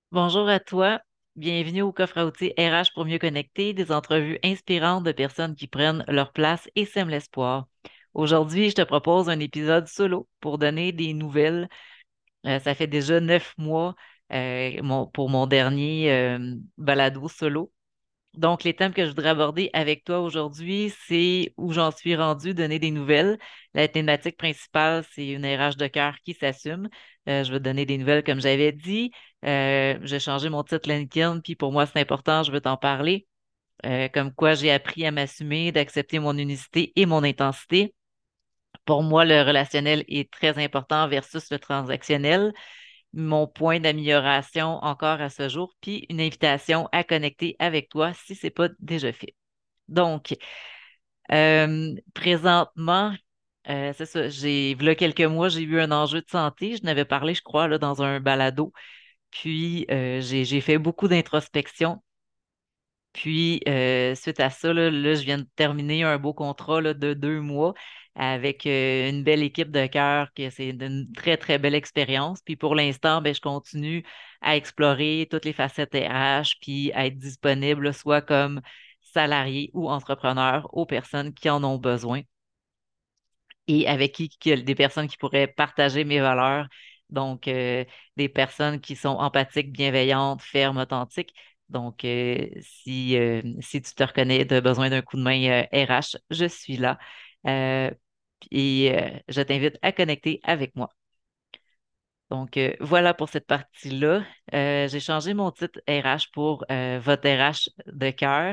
Bonjour à toi. Bienvenue au coffre à outils RH pour mieux connecter, des entrevues inspirantes de personnes qui prennent leur place et sèment l'espoir. Aujourd'hui, je te propose un épisode solo pour donner des nouvelles. Ça fait déjà 9 mois pour mon dernier balado solo. Donc, les thèmes que je voudrais aborder avec toi aujourd'hui, c'est où j'en suis rendu, donner des nouvelles. La thématique principale, c'est une RH de cœur qui s'assume. Je veux te donner des nouvelles comme j'avais dit. J'ai changé mon titre LinkedIn, puis pour moi, c'est important, je veux t'en parler. Comme quoi, j'ai appris à m'assumer, d'accepter mon unicité et mon intensité. Pour moi, le relationnel est très important versus le transactionnel. Mon point d'amélioration encore à ce jour, puis une invitation à connecter avec toi si c'est pas déjà fait. Donc, présentement, c'est ça, il y a quelques mois, j'ai eu un enjeu de santé. Je n'avais parlé, je crois, là, dans un balado. Puis, j'ai fait beaucoup d'introspection. Puis, suite à ça, je viens de terminer un beau contrat là, de 2 mois avec une belle équipe de cœur, que c'est une très, très belle expérience. Puis pour l'instant, ben, je continue à explorer toutes les facettes RH, puis à être disponible, là, soit comme salarié ou entrepreneur aux personnes qui en ont besoin et avec des personnes qui pourraient partager mes valeurs. Donc, des personnes qui sont empathiques, bienveillantes, fermes, authentiques. Donc, si tu te reconnais, tu as besoin d'un coup de main RH, je suis là. Euh, je t'invite à connecter avec moi. Donc, voilà pour cette partie-là. J'ai changé mon titre RH pour votre RH de cœur,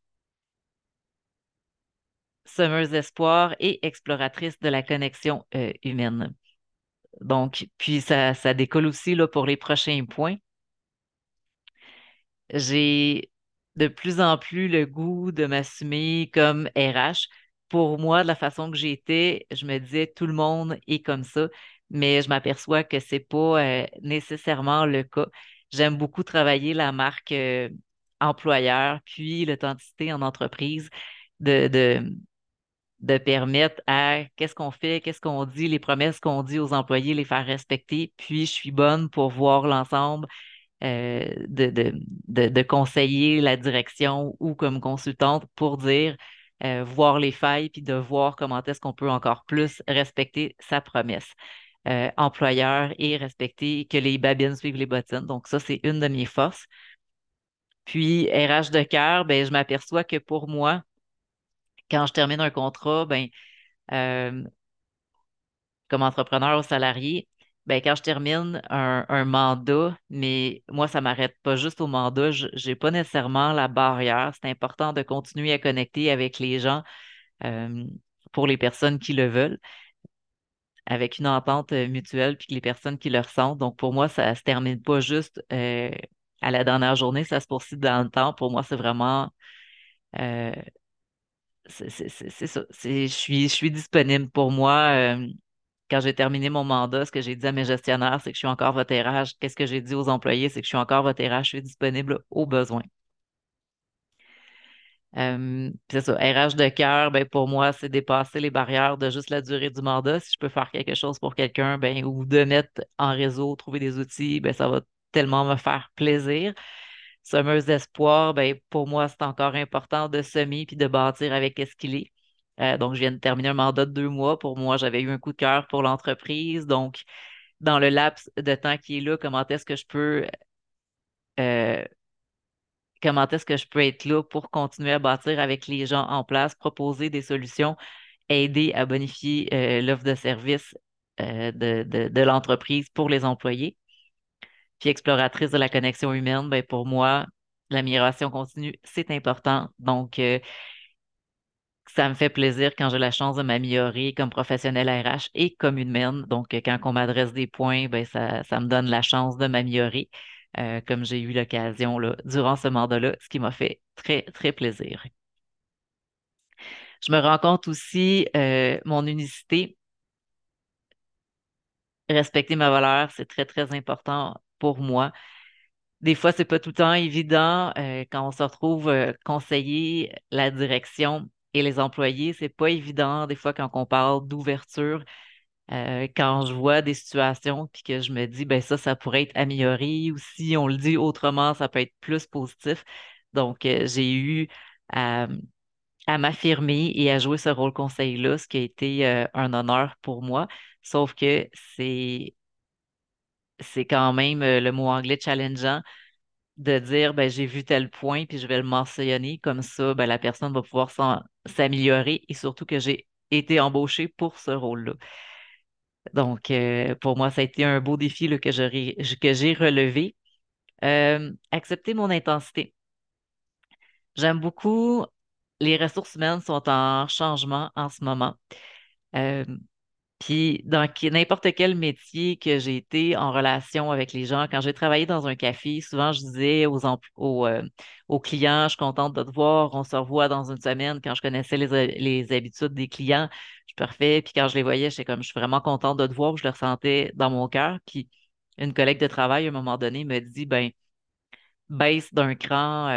semeuse d'espoir et exploratrice de la connexion humaine. Donc, puis ça décolle aussi là, pour les prochains points. J'ai de plus en plus le goût de m'assumer comme RH. Pour moi, de la façon que j'étais, je me disais tout le monde est comme ça, mais je m'aperçois que c'est pas nécessairement le cas. J'aime beaucoup travailler la marque employeur, puis l'authenticité en entreprise, de, de, de permettre à qu'est-ce qu'on fait, qu'est-ce qu'on dit, les promesses qu'on dit aux employés, les faire respecter. Puis, je suis bonne pour voir l'ensemble, de conseiller la direction ou comme consultante pour dire, voir les failles, puis de voir comment est-ce qu'on peut encore plus respecter sa promesse. Employeur et respecter que les babines suivent les bottines. Donc, ça, c'est une de mes forces. Puis, RH de cœur, ben, je m'aperçois que pour moi, quand je termine un contrat, ben, euh, comme entrepreneur ou salarié, ben, quand je termine un mandat, mais moi, ça m'arrête pas juste au mandat, j'ai pas nécessairement la barrière. C'est important de continuer à connecter avec les gens euh, pour les personnes qui le veulent, avec une entente mutuelle, puis que les personnes qui le ressentent. Donc, pour moi, ça se termine pas juste à la dernière journée, ça se poursuit dans le temps. Pour moi, c'est vraiment euh, c'est ça. Je suis disponible pour moi. Quand j'ai terminé mon mandat, ce que j'ai dit à mes gestionnaires, c'est que je suis encore votre RH. Qu'est-ce que j'ai dit aux employés, c'est que je suis encore votre RH, je suis disponible au besoin. C'est ça, RH de cœur, ben pour moi, c'est dépasser les barrières de juste la durée du mandat. Si je peux faire quelque chose pour quelqu'un, ben, ou de mettre en réseau, trouver des outils, ben, ça va tellement me faire plaisir. Semeuse d'espoir, ben, pour moi, c'est encore important de semer puis de bâtir avec ce qu'il est. Donc, je viens de terminer un mandat de 2 mois. Pour moi, j'avais eu un coup de cœur pour l'entreprise. Donc, dans le laps de temps qui est là, euh, comment est-ce que je peux être là pour continuer à bâtir avec les gens en place, proposer des solutions, aider à bonifier l'offre de service de l'entreprise pour les employés. Puis exploratrice de la connexion humaine, ben pour moi, l'amélioration continue, c'est important. Donc, ça me fait plaisir quand j'ai la chance de m'améliorer comme professionnel RH et comme humaine. Donc, quand on m'adresse des points, ben ça me donne la chance de m'améliorer, comme j'ai eu l'occasion là, durant ce mandat-là, ce qui m'a fait très, très plaisir. Je me rends compte aussi, mon unicité, respecter ma valeur, c'est très, très important pour moi. Des fois, c'est pas tout le temps évident, quand on se retrouve conseiller la direction et les employés, c'est pas évident des fois quand on parle d'ouverture. Quand je vois des situations puis que je me dis, ben ça pourrait être amélioré ou si on le dit autrement, ça peut être plus positif. Donc, j'ai eu à, à m'affirmer et à jouer ce rôle conseil-là, ce qui a été un honneur pour moi. Sauf que c'est quand même le mot anglais challengeant de dire ben j'ai vu tel point puis je vais le mentionner comme ça ben la personne va pouvoir s'améliorer et surtout que j'ai été embauchée pour ce rôle-là. Donc pour moi ça a été un beau défi là, que j'ai relevé. Accepter mon intensité. J'aime beaucoup les ressources humaines sont en changement en ce moment. Euh, Puis dans n'importe quel métier que j'ai été en relation avec les gens, quand j'ai travaillé dans un café, souvent je disais aux clients, je suis contente de te voir, on se revoit dans une semaine. Quand je connaissais les habitudes des clients, je parfait. Puis quand je les voyais, j'étais comme, je suis vraiment contente de te voir, je le ressentais dans mon cœur. Puis une collègue de travail, à un moment donné, me dit, ben, baisse d'un cran,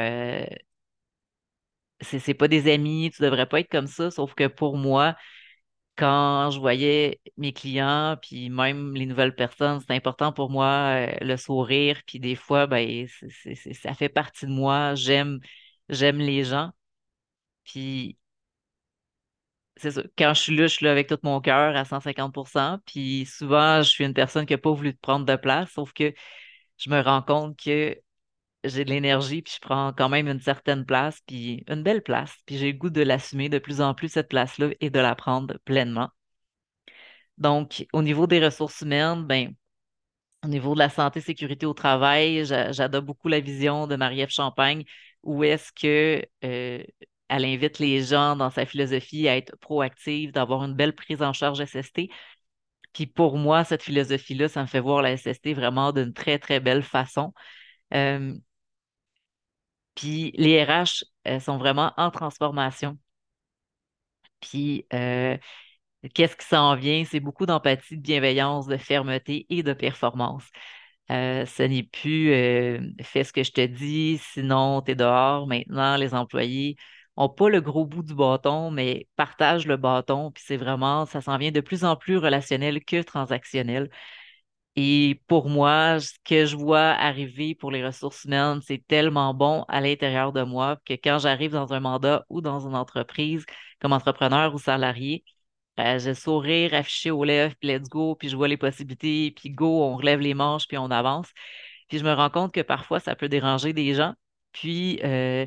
c'est pas des amis, tu devrais pas être comme ça. Sauf que pour moi, quand je voyais mes clients, puis même les nouvelles personnes, c'est important pour moi, le sourire, puis des fois, ben, ça fait partie de moi. J'aime les gens, puis c'est ça. Quand je suis là avec tout mon cœur à 150%, puis souvent, je suis une personne qui n'a pas voulu prendre de place, sauf que je me rends compte que j'ai de l'énergie, puis je prends quand même une certaine place, puis une belle place, puis j'ai le goût de l'assumer de plus en plus, cette place-là, et de la prendre pleinement. Donc, au niveau des ressources humaines, ben, au niveau de la santé, sécurité au travail, j'adore beaucoup la vision de Marie-Ève Champagne, où est-ce que elle invite les gens dans sa philosophie à être proactive, d'avoir une belle prise en charge SST. Puis pour moi, cette philosophie-là, ça me fait voir la SST vraiment d'une très, très belle façon. Euh, puis les RH sont vraiment en transformation. Puis qu'est-ce qui s'en vient? C'est beaucoup d'empathie, de bienveillance, de fermeté et de performance. Ce n'est plus fais ce que je te dis, sinon tu es dehors. Maintenant, les employés n'ont pas le gros bout du bâton, mais partagent le bâton. Puis c'est vraiment, ça s'en vient de plus en plus relationnel que transactionnel. Et pour moi, ce que je vois arriver pour les ressources humaines, c'est tellement bon à l'intérieur de moi que quand j'arrive dans un mandat ou dans une entreprise comme entrepreneur ou salarié, j'ai le sourire affiché aux lèvres, puis let's go, puis je vois les possibilités, puis go, on relève les manches, puis on avance. Puis je me rends compte que parfois, ça peut déranger des gens. Puis,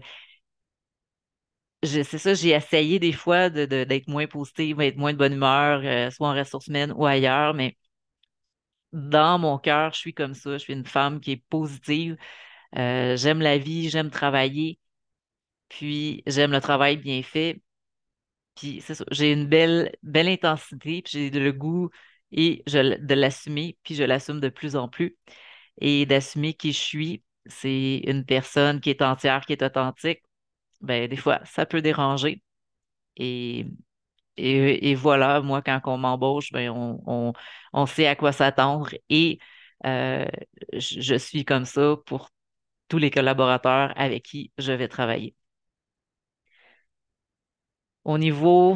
c'est ça, j'ai essayé des fois d'être moins positive, d'être moins de bonne humeur, soit en ressources humaines ou ailleurs, mais dans mon cœur, je suis comme ça. Je suis une femme qui est positive. J'aime la vie, j'aime travailler, puis j'aime le travail bien fait. Puis c'est ça, j'ai une belle intensité, puis j'ai le goût de l'assumer, puis je l'assume de plus en plus. Et d'assumer qui je suis, c'est une personne qui est entière, qui est authentique. Ben, des fois, ça peut déranger. Et, et voilà, moi, quand on m'embauche, ben, on sait à quoi s'attendre. Et euh, je suis comme ça pour tous les collaborateurs avec qui je vais travailler. Au niveau,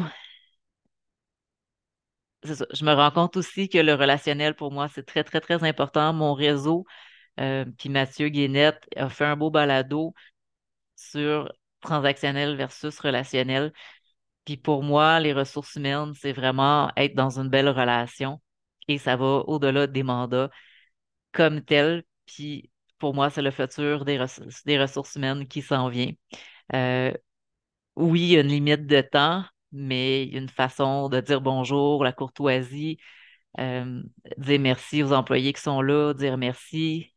c'est ça, je me rends compte aussi que le relationnel, pour moi, c'est très, très, très important. Mon réseau, puis Mathieu Guénette a fait un beau balado sur transactionnel versus relationnel. Puis pour moi, les ressources humaines, c'est vraiment être dans une belle relation et ça va au-delà des mandats comme tel. Puis pour moi, c'est le futur des ressources humaines qui s'en vient. Euh, oui, il y a une limite de temps, mais il y a une façon de dire bonjour, la courtoisie, euh, dire merci aux employés qui sont là, dire merci,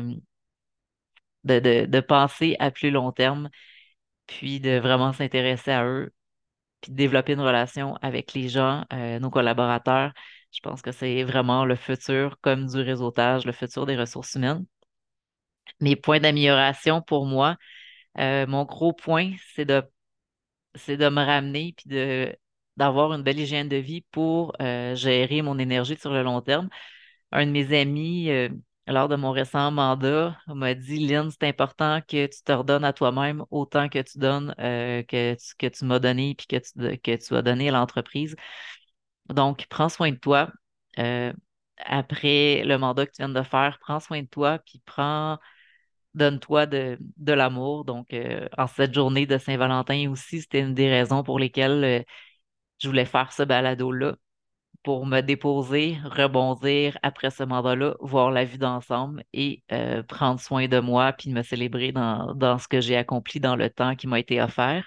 de penser à plus long terme, puis de vraiment s'intéresser à eux puis de développer une relation avec les gens, nos collaborateurs. Je pense que c'est vraiment le futur, comme du réseautage, le futur des ressources humaines. Mes points d'amélioration pour moi, mon gros point, c'est de me ramener puis d'avoir une belle hygiène de vie pour gérer mon énergie sur le long terme. Un de mes amis, lors de mon récent mandat, m'a dit, Lynn, c'est important que tu te redonnes à toi-même autant que tu donnes, que tu m'as donné puis que tu as donné à l'entreprise. Donc, prends soin de toi. euh, après le mandat que tu viens de faire, prends soin de toi, puis donne-toi de l'amour. Donc, en cette journée de Saint-Valentin aussi, c'était une des raisons pour lesquelles je voulais faire ce balado-là, pour me déposer, rebondir après ce mandat-là, voir la vie d'ensemble et prendre soin de moi, puis me célébrer dans ce que j'ai accompli dans le temps qui m'a été offert.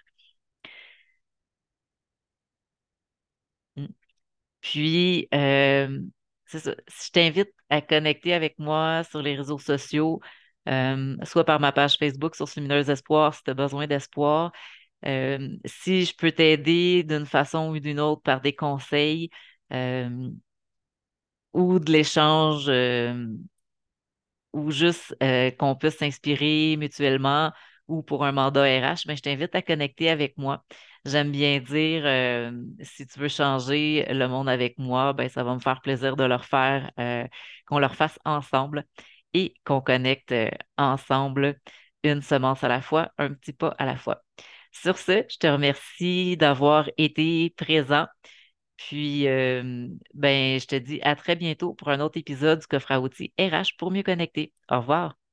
Mm. Puis, c'est ça. Si je t'invite à connecter avec moi sur les réseaux sociaux, soit par ma page Facebook sur Lumineuse Espoir si tu as besoin d'espoir. Si je peux t'aider d'une façon ou d'une autre par des conseils euh, ou de l'échange ou juste qu'on puisse s'inspirer mutuellement ou pour un mandat RH, mais je t'invite à connecter avec moi. J'aime bien dire, si tu veux changer le monde avec moi, ben, ça va me faire plaisir de leur faire, qu'on leur fasse ensemble et qu'on connecte ensemble une semence à la fois, un petit pas à la fois. Sur ce, je te remercie d'avoir été présent. Puis, ben, je te dis à très bientôt pour un autre épisode du coffre à outils RH pour mieux connecter. Au revoir.